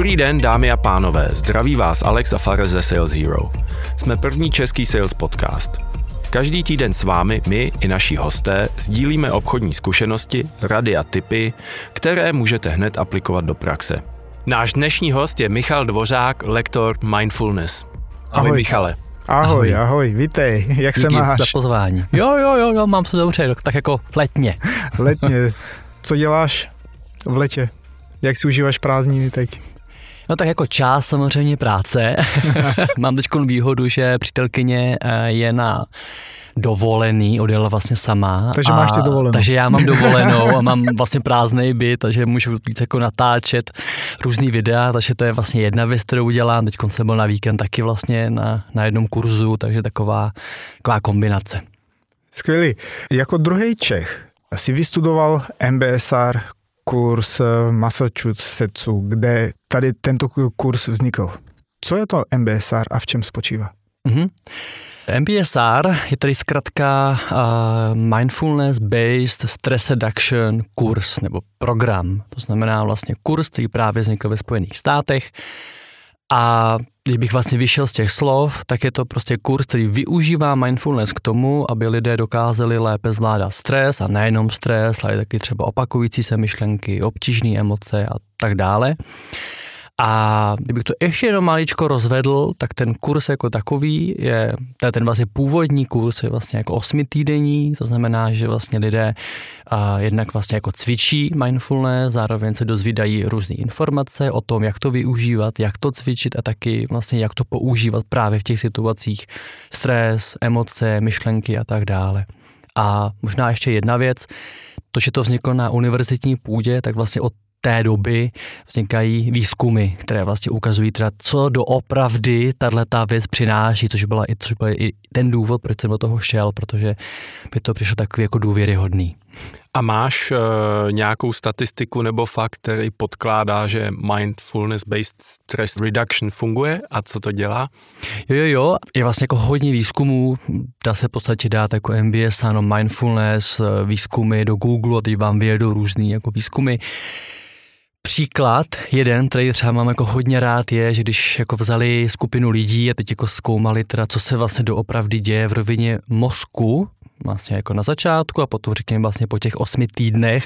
Dobrý den, dámy a pánové, zdraví vás Alex a Fares ze Sales Hero. Jsme první český sales podcast. Každý týden s vámi, my i naši hosté, sdílíme obchodní zkušenosti, rady a tipy, které můžete hned aplikovat do praxe. Náš dnešní host je Michal Dvořák, lektor Mindfulness. Ahoj Michale. Ahoj, vítej, jak se máš? Díky za pozvání. Jo, mám to dobře, tak jako letně. Letně, co děláš v letě? Jak si užíváš prázdniny teď? No tak jako část samozřejmě práce. Mám teď výhodu, že přítelkyně je na dovolený, odjela vlastně sama. Takže máš ty dovolenou. Takže já mám dovolenou a mám vlastně prázdnej byt, takže můžu víc jako natáčet různý videa, takže to je vlastně jedna věc, kterou dělám. Teď jsem byl na víkend taky vlastně na jednom kurzu, takže taková kombinace. Skvělý. Jako druhý Čech si vystudoval MBSR kurz v Massachusettsu, kde tady tento kurz vznikl. Co je to MBSR a v čem spočívá? MBSR je tady zkrátka Mindfulness Based Stress Reduction kurz nebo program. To znamená vlastně kurz, který právě vznikl ve Spojených státech. A kdybych vlastně vyšel z těch slov, tak je to prostě kurz, který využívá mindfulness k tomu, aby lidé dokázali lépe zvládat stres a nejenom stres, ale taky třeba opakující se myšlenky, obtížné emoce a tak dále. A kdybych to ještě jenom maličko rozvedl, tak ten kurz jako takový je, ten vlastně původní kurz je vlastně jako 8týdenní, to znamená, že vlastně lidé jednak vlastně jako cvičí mindfulness, zároveň se dozvídají různé informace o tom, jak to využívat, jak to cvičit a taky vlastně jak to používat právě v těch situacích stres, emoce, myšlenky a tak dále. A možná ještě jedna věc, to, že to vzniklo na univerzitní půdě, tak vlastně od té doby vznikají výzkumy, které vlastně ukazují teda, co doopravdy tato věc přináší, což byl i ten důvod, proč jsem do toho šel, protože by to přišlo takový jako důvěryhodný. A máš nějakou statistiku nebo fakt, který podkládá, že mindfulness-based stress reduction funguje a co to dělá? Jo, je vlastně jako hodně výzkumů, dá se v podstatě dát jako MBS, ano, mindfulness, výzkumy do Google a teď vám vyjedou různý jako výzkumy. Příklad, jeden, který třeba mám jako hodně rád, je, že když jako vzali skupinu lidí a teď jako zkoumali teda, co se vlastně doopravdy děje v rovině mozku, vlastně jako na začátku a potom řekněme vlastně po těch 8 týdnech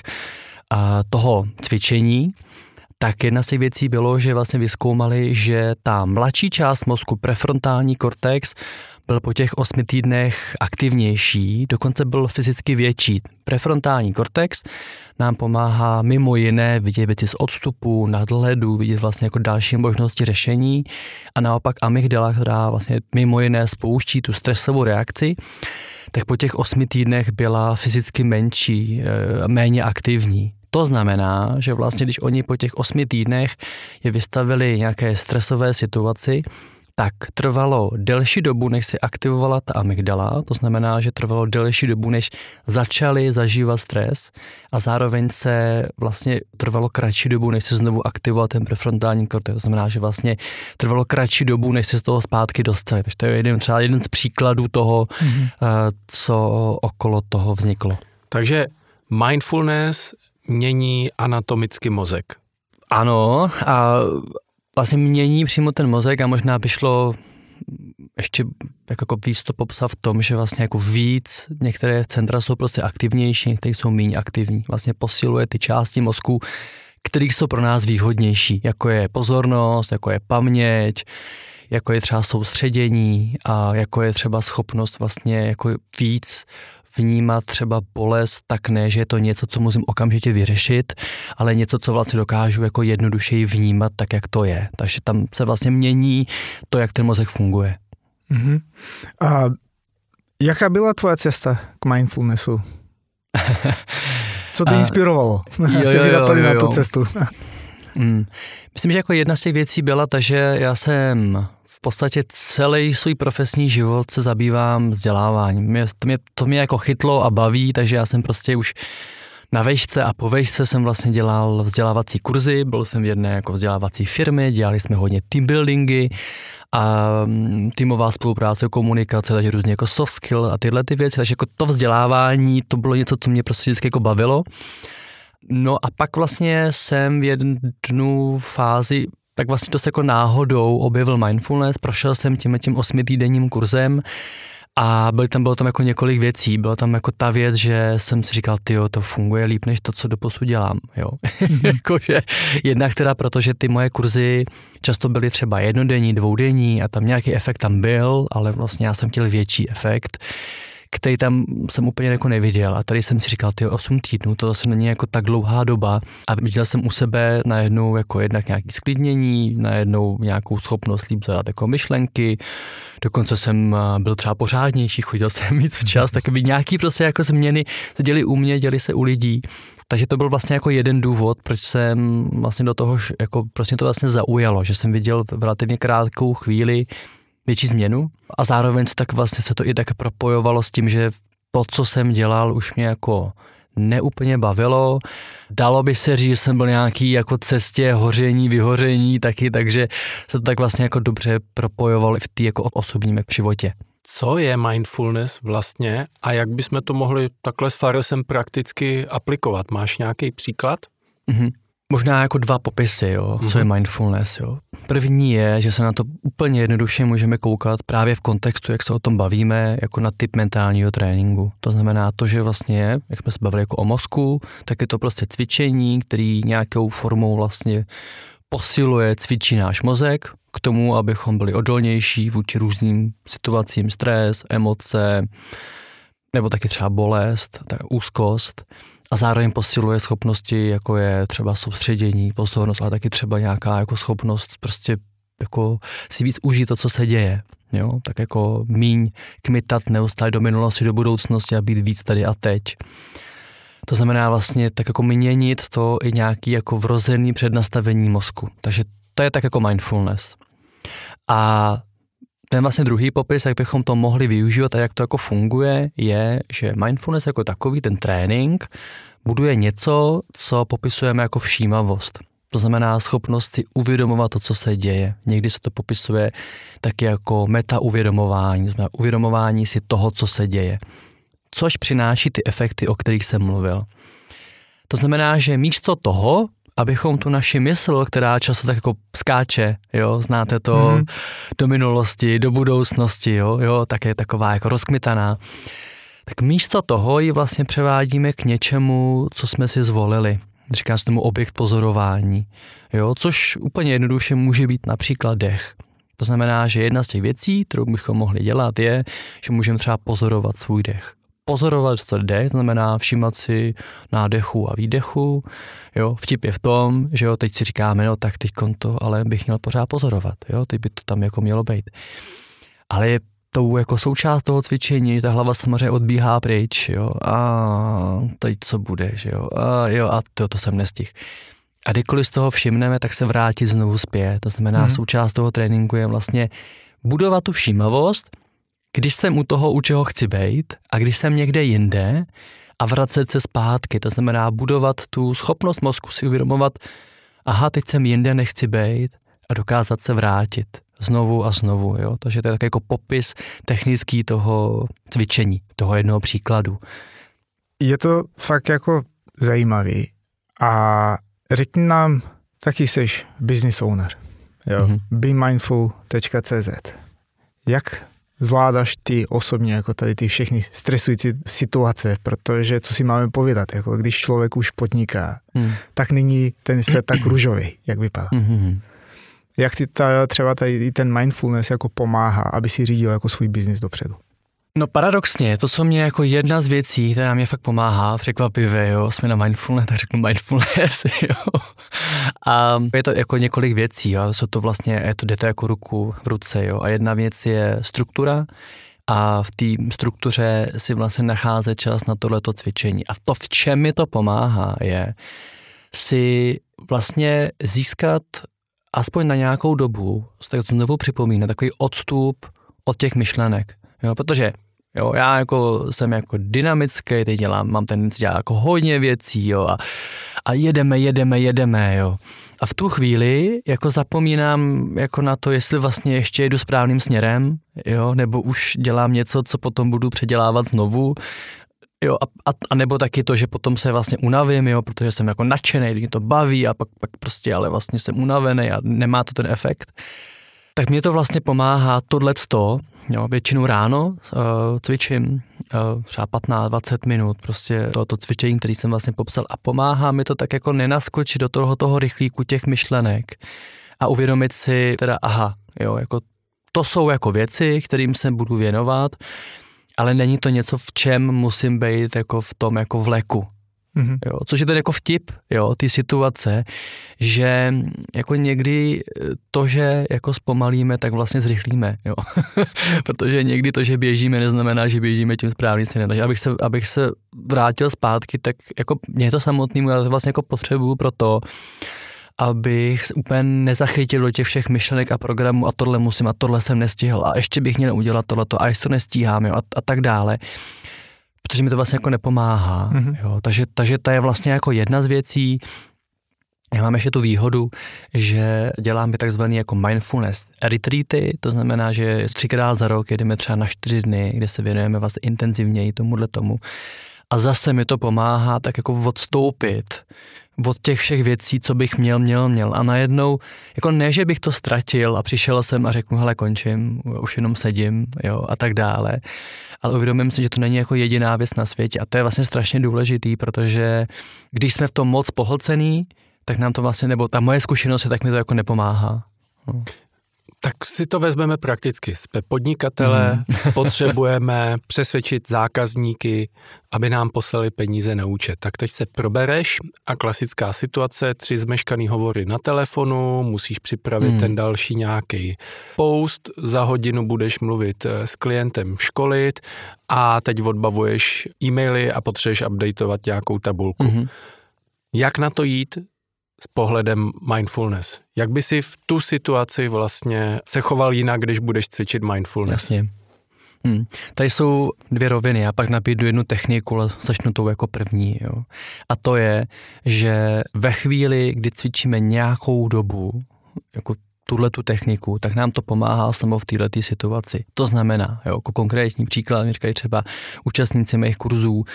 toho cvičení, tak jedna z těch věcí bylo, že vlastně vyzkoumali, že ta mladší část mozku, prefrontální kortex, byl po těch 8 týdnech aktivnější, dokonce byl fyzicky větší. Prefrontální kortex nám pomáhá mimo jiné vidět věci z odstupu, nadhledu, vidět vlastně jako další možnosti řešení a naopak amygdala, která vlastně mimo jiné spouští tu stresovou reakci, tak po těch 8 týdnech byla fyzicky menší, méně aktivní. To znamená, že vlastně když oni po těch 8 týdnech je vystavili nějaké stresové situaci, tak trvalo delší dobu, než se aktivovala ta amygdala, to znamená, že trvalo delší dobu, než začali zažívat stres a zároveň se vlastně trvalo kratší dobu, než se znovu aktivoval ten prefrontální kortex, to znamená, že vlastně trvalo kratší dobu, než se z toho zpátky dostali. Takže to je třeba jeden z příkladů toho, co okolo toho vzniklo. Takže mindfulness mění anatomicky mozek. Ano, a vlastně mění přímo ten mozek a možná by šlo ještě jako víc to popsat v tom, že vlastně jako víc některé centra jsou prostě aktivnější, některé jsou méně aktivní. Vlastně posiluje ty části mozku, které jsou pro nás výhodnější, jako je pozornost, jako je paměť, jako je třeba soustředění a jako je třeba schopnost vlastně jako víc vnímat třeba bolest, tak ne, že je to něco, co musím okamžitě vyřešit, ale něco, co vlastně dokážu jako jednodušeji vnímat tak, jak to je. Takže tam se vlastně mění to, jak ten mozek funguje. A jaká byla tvoje cesta k mindfulnessu? Co tě inspirovalo? Jo. Na tu cestu. Myslím, že jako jedna z těch věcí byla ta, že já jsem v podstatě celý svůj profesní život se zabývám vzděláváním. To mě jako chytlo a baví, takže já jsem prostě už na vejšce a po vejšce jsem vlastně dělal vzdělávací kurzy, byl jsem v jedné jako vzdělávací firmě, dělali jsme hodně team buildingy a týmová spolupráce, komunikace, takže různě jako soft skill a tyhle ty věci, takže jako to vzdělávání, to bylo něco, co mě prostě vždycky jako bavilo. No a pak vlastně jsem v jednu fázi tak vlastně dost jako náhodou objevil mindfulness, prošel jsem tím 8týdenním kurzem a bylo tam jako několik věcí. Byla tam jako ta věc, že jsem si říkal, tyjo, to funguje líp než to, co doposud dělám, jo. Jakože jednak teda, protože ty moje kurzy často byly třeba jednodenní, dvoudenní a tam nějaký efekt tam byl, ale vlastně já jsem chtěl větší efekt, který tam jsem úplně jako neviděl. A tady jsem si říkal, tyjo, 8 týdnů, to zase není jako tak dlouhá doba. A viděl jsem u sebe najednou jako jednak nějaký sklidnění, najednou nějakou schopnost líp zadat jako myšlenky. Dokonce jsem byl třeba pořádnější, chodil jsem víc včas, takový nějaký prostě jako změny se děly u mě, děly se u lidí. Takže to byl vlastně jako jeden důvod, proč jsem vlastně do toho, jako prostě to vlastně zaujalo, že jsem viděl v relativně krátkou chvíli větší změnu a zároveň se to i tak propojovalo s tím, že to, co jsem dělal, už mě jako neúplně bavilo. Dalo by se říct, že jsem byl nějaký jako cestě hoření, vyhoření taky, takže se to tak vlastně jako dobře propojovalo i v té jako osobním životě. Co je mindfulness vlastně a jak bychom to mohli takhle s Faresem prakticky aplikovat? Máš nějaký příklad? Možná jako 2 popisy, jo, co je mindfulness. Jo. První je, že se na to úplně jednoduše můžeme koukat právě v kontextu, jak se o tom bavíme, jako na typ mentálního tréninku. To znamená to, že vlastně, jak jsme se bavili jako o mozku, tak je to prostě cvičení, který nějakou formou vlastně posiluje, cvičí náš mozek k tomu, abychom byli odolnější vůči různým situacím, stres, emoce, nebo taky třeba bolest, úzkost. A zároveň posiluje schopnosti, jako je třeba soustředění, pozornost, ale taky třeba nějaká jako schopnost prostě jako si víc užít to, co se děje. Jo? Tak jako míň kmitat neustále do minulosti, do budoucnosti a být víc tady a teď. To znamená vlastně tak jako měnit to i nějaký jako vrozený přednastavení mozku. Takže to je tak jako mindfulness. A ten vlastně druhý popis, jak bychom to mohli využívat a jak to jako funguje, je, že mindfulness jako takový, ten trénink, buduje něco, co popisujeme jako všímavost. To znamená schopnost si uvědomovat to, co se děje. Někdy se to popisuje taky jako metauvědomování, znamená uvědomování si toho, co se děje. Což přináší ty efekty, o kterých jsem mluvil. To znamená, že místo toho, abychom tu naši mysl, která často tak jako skáče, jo, znáte to, do minulosti, do budoucnosti, jo, tak je taková jako rozkmitaná, tak místo toho ji vlastně převádíme k něčemu, co jsme si zvolili. Říká se tomu objekt pozorování, jo, což úplně jednoduše může být například dech. To znamená, že jedna z těch věcí, kterou bychom mohli dělat, je, že můžeme třeba pozorovat svůj dech. Pozorovat, co jde, to znamená všímat si nádechu a výdechu. Jo, vtip je v tom, že jo, teď si říkáme, no tak teď to ale bych měl pořád pozorovat, jo, teď by to tam jako mělo být. Ale je tou jako součást toho cvičení, ta hlava samozřejmě odbíhá pryč, jo, a teď co bude, že jo, a to jsem nestihl. A kdykoliv z toho všimneme, tak se vrátit znovu zpět, to znamená součást toho tréninku je vlastně budovat tu všímavost, když jsem u toho, u čeho chci být a když jsem někde jinde a vracet se zpátky, to znamená budovat tu schopnost mozku si uvědomovat, aha, teď jsem jinde, nechci být a dokázat se vrátit znovu a znovu, jo. Takže to je tak jako popis technický toho cvičení, toho jednoho příkladu. Je to fakt jako zajímavý a řekni nám, taky seš business owner, jo, bemindful.cz. Jak zvládáš ty osobně jako tady ty všechny stresující situace, protože co si máme povědat, jako když člověk už podniká, tak není ten svět tak růžový, jak vypadá. Jak ti třeba tady ten mindfulness jako pomáhá, aby si řídil jako svůj biznis dopředu? No paradoxně, to, co mě jako jedna z věcí, která mě fakt pomáhá, překvapivě, jo, jsme na mindfulness, tak řeknu mindfulness, jo. A je to jako několik věcí, jo, jsou to vlastně, jde to jako ruku v ruce, jo. A jedna věc je struktura a v té struktuře si vlastně nacházet čas na tohleto cvičení. A to, v čem mi to pomáhá, je si vlastně získat aspoň na nějakou dobu, tak to znovu připomínat, takový odstup od těch myšlenek. Jo, protože jo, já jako jsem jako dynamický, teď mám tendenci dělat jako hodně věcí, jo, a jedeme, jo. A v tu chvíli jako zapomínám jako na to, jestli vlastně ještě jedu správným směrem, jo, nebo už dělám něco, co potom budu předělávat znovu. Jo, a nebo taky to, že potom se vlastně unavím, jo, protože jsem jako nadšenej, mě to baví a pak prostě ale vlastně jsem unavený a nemá to ten efekt. Tak mě to vlastně pomáhá tohleto, jo, většinou ráno cvičím třeba 15-20 minut, prostě to cvičení, který jsem vlastně popsal a pomáhá mi to tak jako nenaskočit do toho rychlíku těch myšlenek a uvědomit si teda, aha, jo, jako to jsou jako věci, kterým se budu věnovat, ale není to něco, v čem musím být jako v tom jako vleku. Mm-hmm. Jo, což je ten jako vtip, jo, ty situace, že jako někdy to, že jako zpomalíme, tak vlastně zrychlíme, jo. Protože někdy to, že běžíme, neznamená, že běžíme tím správným směrem. Takže abych se vrátil zpátky, tak jako mě to samotnému, já to vlastně jako potřebuju pro to, abych se úplně nezachytil do těch všech myšlenek a programů a tohle musím a tohle jsem nestihl a ještě bych měl udělat tohleto a ještě to nestíhám, jo, a tak dále. Protože mi to vlastně jako nepomáhá. Mm-hmm. Jo. Takže to je vlastně jako jedna z věcí. Já mám ještě tu výhodu, že děláme takzvaný jako mindfulness retreaty, to znamená, že 3krát za rok jedeme třeba na 4 dny, kde se věnujeme vlastně intenzivněji tomu. A zase mi to pomáhá tak jako odstoupit od těch všech věcí, co bych měl. A najednou, jako ne, že bych to ztratil a přišel jsem a řeknu, hele, končím, už jenom sedím, jo, a tak dále. Ale uvědomím si, že to není jako jediná věc na světě a to je vlastně strašně důležitý, protože když jsme v tom moc pohlcený, tak nám to vlastně, nebo ta moje zkušenost je, tak mi to jako nepomáhá. No. Tak si to vezmeme prakticky. Jsme podnikatele, potřebujeme přesvědčit zákazníky, aby nám poslali peníze na účet. Tak teď se probereš a klasická situace, 3 zmeškaný hovory na telefonu, musíš připravit ten další nějaký post, za hodinu budeš mluvit s klientem, školit a teď odbavuješ e-maily a potřebuješ updateovat nějakou tabulku. Mm-hmm. Jak na to jít s pohledem mindfulness? Jak by si v tu situaci vlastně se choval jinak, když budeš cvičit mindfulness? Jasně. Tady jsou 2 roviny, já pak nabídnu jednu techniku, ale začnu tou jako první. Jo. A to je, že ve chvíli, kdy cvičíme nějakou dobu, jako tuhletu techniku, tak nám to pomáhá samo v této situaci. To znamená, jo, jako konkrétní příklad, mi říkají třeba účastníci mých kurzů,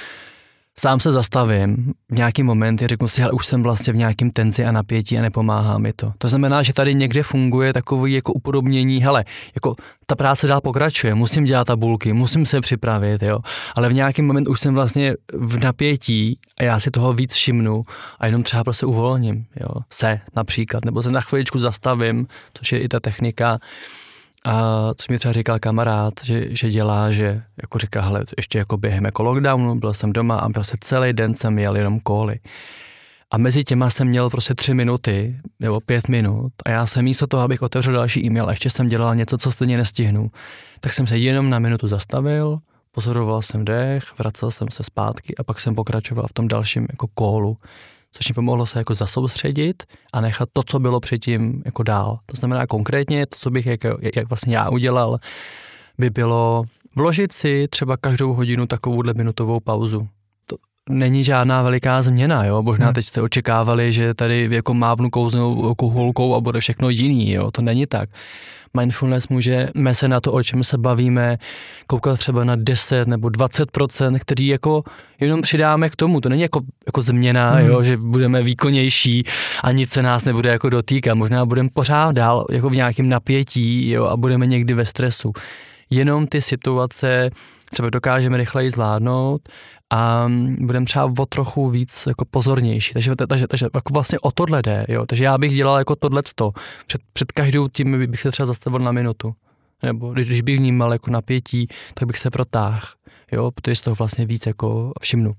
sám se zastavím v nějaký moment a řeknu si, hele, už jsem vlastně v nějakém tenzi a napětí a nepomáhá mi to. To znamená, že tady někde funguje takový jako upodobnění, hele, jako ta práce dál pokračuje, musím dělat tabulky, musím se připravit, jo, ale v nějaký moment už jsem vlastně v napětí a já si toho víc všimnu a jenom třeba prostě uvolním, jo, například, nebo se na chviličku zastavím, což je i ta technika. A což mi třeba říkal kamarád, že dělá, že jako říká, hele, ještě jako během jako lockdownu, byl jsem doma a prostě celý den jsem jel jenom koly. A mezi těma jsem měl prostě 3 minuty nebo 5 minut a já jsem místo toho, abych otevřel další e-mail a ještě jsem dělal něco, co stejně nestihnu, tak jsem se jenom na minutu zastavil, pozoroval jsem dech, vracel jsem se zpátky a pak jsem pokračoval v tom dalším jako kolu, což mi pomohlo se jako zasoustředit a nechat to, co bylo předtím, jako dál. To znamená konkrétně to, co bych jak vlastně já udělal, by bylo vložit si třeba každou hodinu takovouhle minutovou pauzu. To není žádná veliká změna, jo. Možná teď jste očekávali, že tady jako mávnu kouznou koulkou a bude všechno jiný, jo. To není tak. Mindfulness můžeme se na to, o čem se bavíme, koukat třeba na 10 nebo 20%, který jako jenom přidáme k tomu. To není jako změna, jo, že budeme výkonnější a nic se nás nebude jako dotýkat. Možná budeme pořád dál jako v nějakém napětí, jo, a budeme někdy ve stresu. Jenom ty situace třeba dokážeme rychleji zvládnout a budeme třeba o trochu víc jako pozornější. Takže jako vlastně o tohle jde. Jo. Takže já bych dělal jako tohleto. Před každou tím bych se třeba zastavil na minutu. Nebo když bych vnímal jako napětí, tak bych se protáhl. Jo, protože z toho vlastně víc jako všimnu.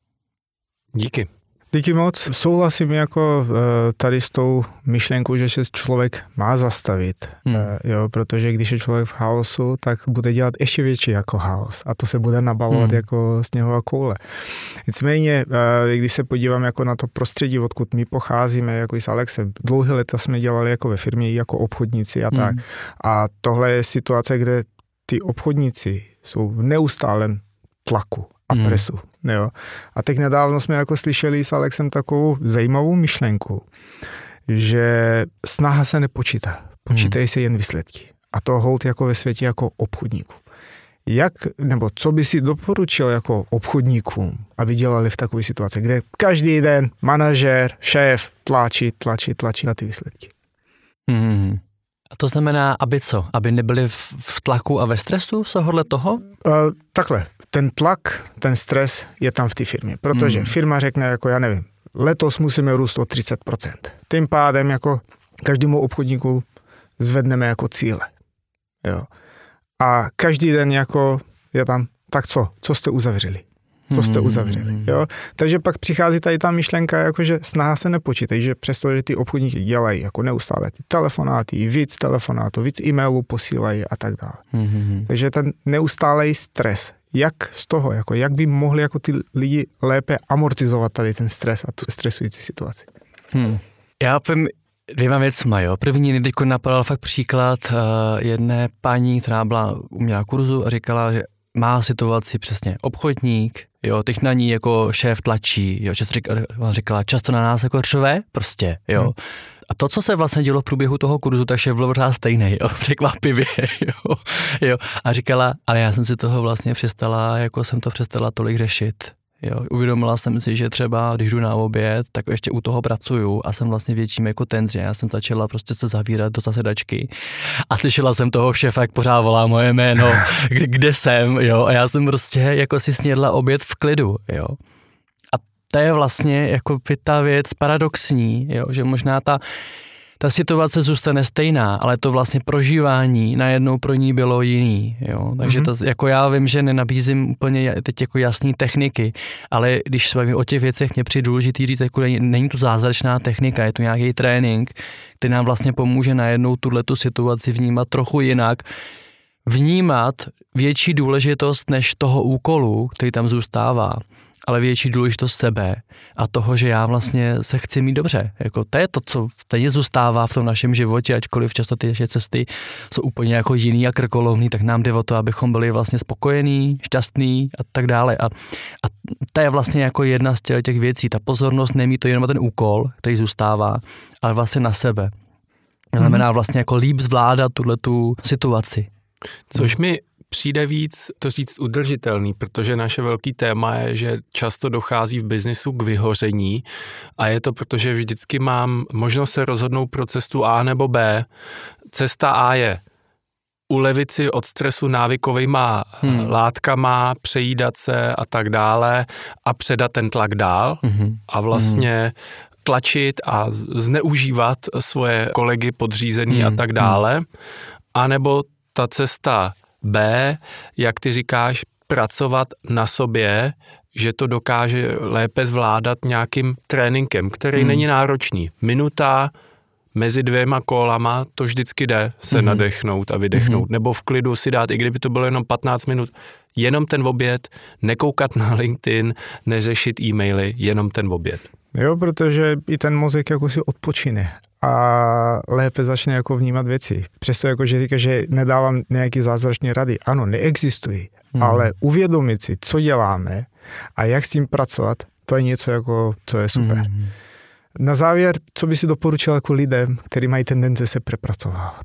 Díky. Díky moc. Souhlasím jako tady s tou myšlenkou, že se člověk má zastavit, jo, protože když je člověk v chaosu, tak bude dělat ještě větší jako chaos a to se bude nabalovat jako sněhová koule. Nicméně, když se podívám jako na to prostředí, odkud my pocházíme, jako i s Alexem, dlouhé léta jsme dělali jako ve firmě, jako obchodníci a tak. A tohle je situace, kde ty obchodníci jsou v neustálém tlaku a presu. Jo. A teď nedávno jsme jako slyšeli s Alexem takovou zajímavou myšlenku, že snaha se nepočítá. Počítají se jen výsledky. A to holt jako ve světě jako obchodníků. nebo co by si doporučil jako obchodníkům, aby dělali v takové situaci, kde každý den manažer, šéf tlačí na ty výsledky? A to znamená, aby co? Aby nebyli v tlaku a ve stresu z tohohle toho? Takhle, ten tlak, ten stres je tam v té firmě, protože firma řekne, jako já nevím, letos musíme růst o 30%. Tím pádem jako každému obchodníku zvedneme jako cíle. Jo. A každý den jako je tam, tak co jste uzavřeli? Co jste uzavřeli? Jo? Takže pak přichází tady ta myšlenka, jako že snaha se nepočítají, že přesto, že ty obchodníky dělají jako neustále ty telefonáty, víc telefonátů, víc e-mailů posílají a tak dále. Takže ten neustálej stres, jak z toho, jako jak by mohli jako ty lidi lépe amortizovat tady ten stres a tu stresující situaci? Já povím dvěma věcma, jo. První, teď napadal fakt příklad jedné paní, která uměla kurzu a říkala, že má situaci přesně obchodník, jo, teď na ní jako šéf tlačí, jo, říkala, často na nás jako řve, prostě, jo. A to, co se vlastně dělo v průběhu toho kurzu, tak šéf byl pořád stejný, jo, překvapivě, jo. A říkala, ale já jsem si toho vlastně přestala tolik řešit. Jo, uvědomila jsem si, že třeba, když jdu na oběd, tak ještě u toho pracuju a jsem vlastně větším jako tenzi. Já jsem začala prostě se zavírat do zasedačky a slyšela jsem toho šéfa, jak pořád volá moje jméno, kde jsem, jo, a já jsem prostě jako si snědla oběd v klidu, jo. A to je vlastně jako ta věc paradoxní, jo, že možná ta situace zůstane stejná, ale to vlastně prožívání najednou pro ní bylo jiný, jo. Takže to, jako já vím, že nenabízím úplně teď jako jasný techniky, ale když se bavím o těch věcech, mě přijde důležitý říct, jako není to zázračná technika, je to nějaký trénink, který nám vlastně pomůže najednou tuhletu situaci vnímat trochu jinak, vnímat větší důležitost než toho úkolu, který tam zůstává, ale větší důležitost sebe a toho, že já vlastně se chci mít dobře. Jako to je to, co stejně zůstává v tom našem životě, ačkoliv často ty cesty jsou úplně jako jiný a krkolomný, tak nám jde o to, abychom byli vlastně spokojení, šťastní a tak dále. A to je vlastně jako jedna z těch věcí. Ta pozornost nemí to jenom ten úkol, který zůstává, ale vlastně na sebe. To znamená vlastně jako líp zvládat tuhletu situaci. Což mi přijde víc to říct udržitelný, protože naše velký téma je, že často dochází v biznisu k vyhoření a je to proto, že vždycky mám možnost se rozhodnout pro cestu A nebo B. Cesta A je ulevit si od stresu návykovejma látkama, přejídat se a tak dále a předat ten tlak dál a vlastně tlačit a zneužívat svoje kolegy podřízený a tak dále. A nebo ta cesta B, jak ty říkáš, pracovat na sobě, že to dokáže lépe zvládat nějakým tréninkem, který není náročný. Minuta mezi 2 kolama, to vždycky jde se nadechnout a vydechnout. Nebo v klidu si dát, i kdyby to bylo jenom 15 minut, jenom ten oběd, nekoukat na LinkedIn, neřešit e-maily, jenom ten oběd. Jo, protože i ten mozek jako si odpočine a lépe začne jako vnímat věci. Přesto jako, že říká, že nedávám nějaký zázračné rady. Ano, neexistují, ale uvědomit si, co děláme a jak s tím pracovat, to je něco jako, co je super. Na závěr, co by si doporučil jako lidem, kteří mají tendence se přepracovávat?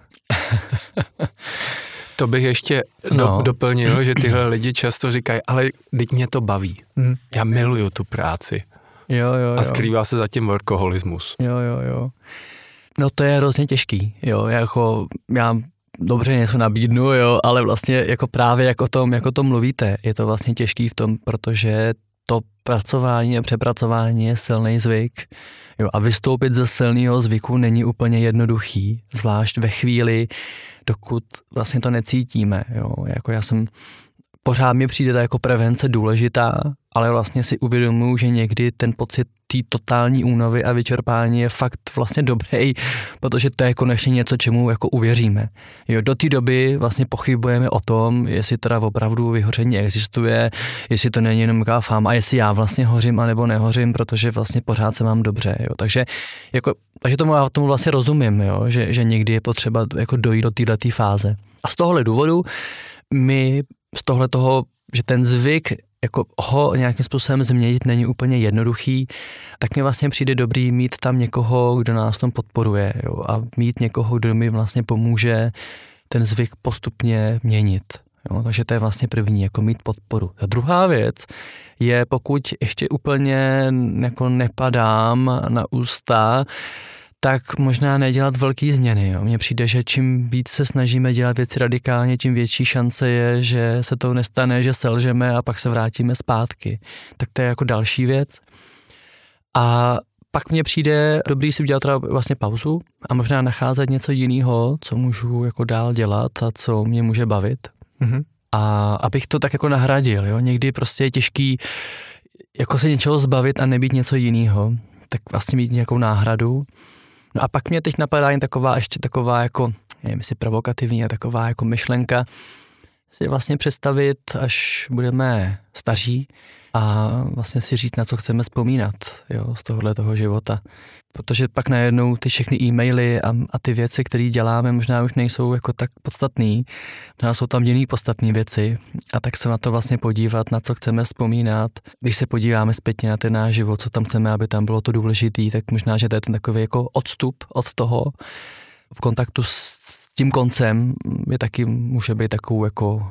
To bych ještě doplnil, že tyhle lidi často říkají, ale teď mě to baví. Já miluju tu práci. Jo. A skrývá se zatím workoholismus. Jo. No to je hrozně těžký, jo, jako já dobře něco nabídnu, jo, ale vlastně jako právě jak o tom mluvíte, je to vlastně těžký v tom, protože to pracování a přepracování je silný zvyk, jo, a vystoupit ze silného zvyku není úplně jednoduchý, zvlášť ve chvíli, dokud vlastně to necítíme, jo, jako pořád mi přijde ta jako prevence důležitá, ale vlastně si uvědomuji, že někdy ten pocit té totální únavy a vyčerpání je fakt vlastně dobrý, protože to je konečně něco, čemu jako uvěříme. Jo, do té doby vlastně pochybujeme o tom, jestli teda opravdu vyhoření existuje, jestli to není jenom nějaká fáma a jestli já vlastně hořím anebo nehořím, protože vlastně pořád se mám dobře. Jo. Takže tomu vlastně rozumím, jo, že někdy je potřeba jako dojít do této fáze. A z tohohle důvodu z tohle toho, že ten zvyk jako ho nějakým způsobem změnit není úplně jednoduchý, tak mi vlastně přijde dobrý mít tam někoho, kdo nás tom podporuje, jo, a mít někoho, kdo mi vlastně pomůže ten zvyk postupně měnit. Jo, takže to je vlastně první, jako mít podporu. A druhá věc je, pokud ještě úplně jako nepadám na ústa, tak možná nedělat velký změny. Jo. Mně přijde, že čím víc se snažíme dělat věci radikálně, tím větší šance je, že se to nestane, že selžeme a pak se vrátíme zpátky. Tak to je jako další věc. A pak mně přijde dobrý si udělat teda vlastně pauzu a možná nacházet něco jiného, co můžu jako dál dělat a co mě může bavit. Mm-hmm. A abych to tak jako nahradil. Jo. Někdy prostě je těžký jako se něčeho zbavit a nebýt něco jiného. Tak vlastně mít nějakou náhradu. No a pak mě teď napadá jen ještě taková jako, nevím, jestli provokativní, a taková jako myšlenka, si vlastně představit, až budeme staří a vlastně si říct, na co chceme vzpomínat, jo, z tohohle toho života. Protože pak najednou ty všechny e-maily a ty věci, které děláme, možná už nejsou jako tak podstatný, možná jsou tam jiný podstatné věci a tak se na to vlastně podívat, na co chceme vzpomínat. Když se podíváme zpětně na ten náš život, co tam chceme, aby tam bylo to důležitý, tak možná, že to je ten takový jako odstup od toho v kontaktu s tím koncem je taky, může být takovou jako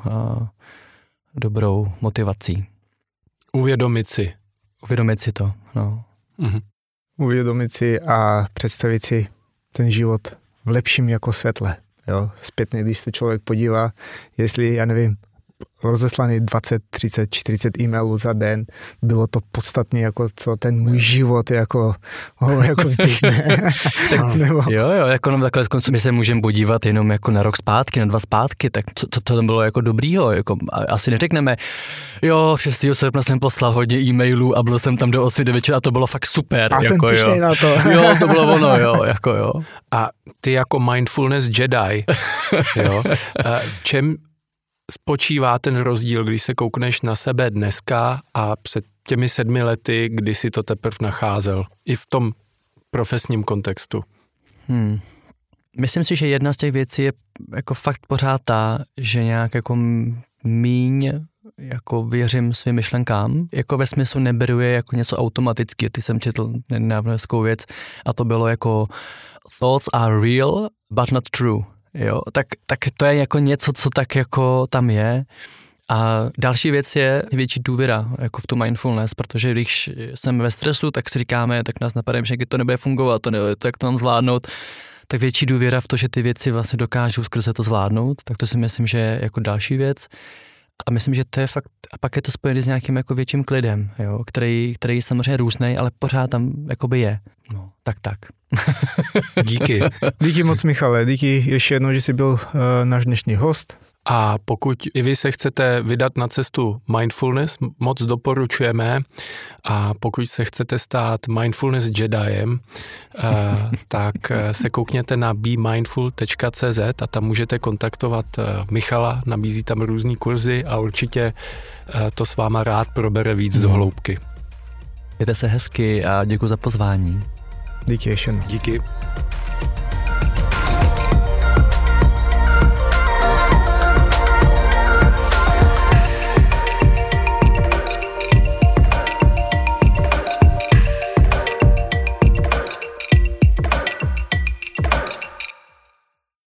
dobrou motivací. Uvědomit si to, no. Mhm. Uvědomit si a představit si ten život v lepším jako světle. Jo? Zpětně, když se člověk podívá, jestli, já nevím, rozeslaný 20, 30, 40 e-mailů za den, bylo to podstatně jako co ten můj život jako vypíchne. Jo, jako takhle my se můžeme podívat jenom jako na rok zpátky, na 2 zpátky, tak co tam bylo jako dobrýho, jako asi neřekneme, jo, 6. srpna jsem poslal hodně e-mailů a byl jsem tam do 8 do večera a to bylo fakt super. A jako, jsem pišnej na to. Jo, to bylo ono, jo. A ty jako mindfulness Jedi, jo, v čem spočívá ten rozdíl, když se koukneš na sebe dneska a před těmi 7 lety, kdy si to teprve nacházel, i v tom profesním kontextu? Myslím si, že jedna z těch věcí je jako fakt pořád ta, že nějak jako míň jako věřím svým myšlenkám, jako ve smyslu neberu je jako něco automaticky. Ty jsem četl nedávno hezkou věc a to bylo jako thoughts are real, but not true. Jo, tak to je jako něco, co tak jako tam je. A další věc je větší důvěra jako v tu mindfulness, protože když jsme ve stresu, tak si říkáme, tak nás napadne, že to nebude fungovat, to jak to mám zvládnout, tak větší důvěra v to, že ty věci vlastně dokážou skrze to zvládnout, tak to si myslím, že je jako další věc. A myslím, že to je fakt, a pak je to spojené s nějakým jako větším klidem, jo, který je samozřejmě různej, ale pořád tam jakoby je. No, tak. Díky. Díky moc, Michale, díky ještě jednou, že jsi byl náš dnešní host. A pokud i vy se chcete vydat na cestu mindfulness, moc doporučujeme. A pokud se chcete stát mindfulness Jediem, tak se koukněte na bemindful.cz a tam můžete kontaktovat Michala, nabízí tam různý kurzy a určitě to s váma rád probere víc do hloubky. Mějte se hezky a děkuji za pozvání. Díky ještě. Díky.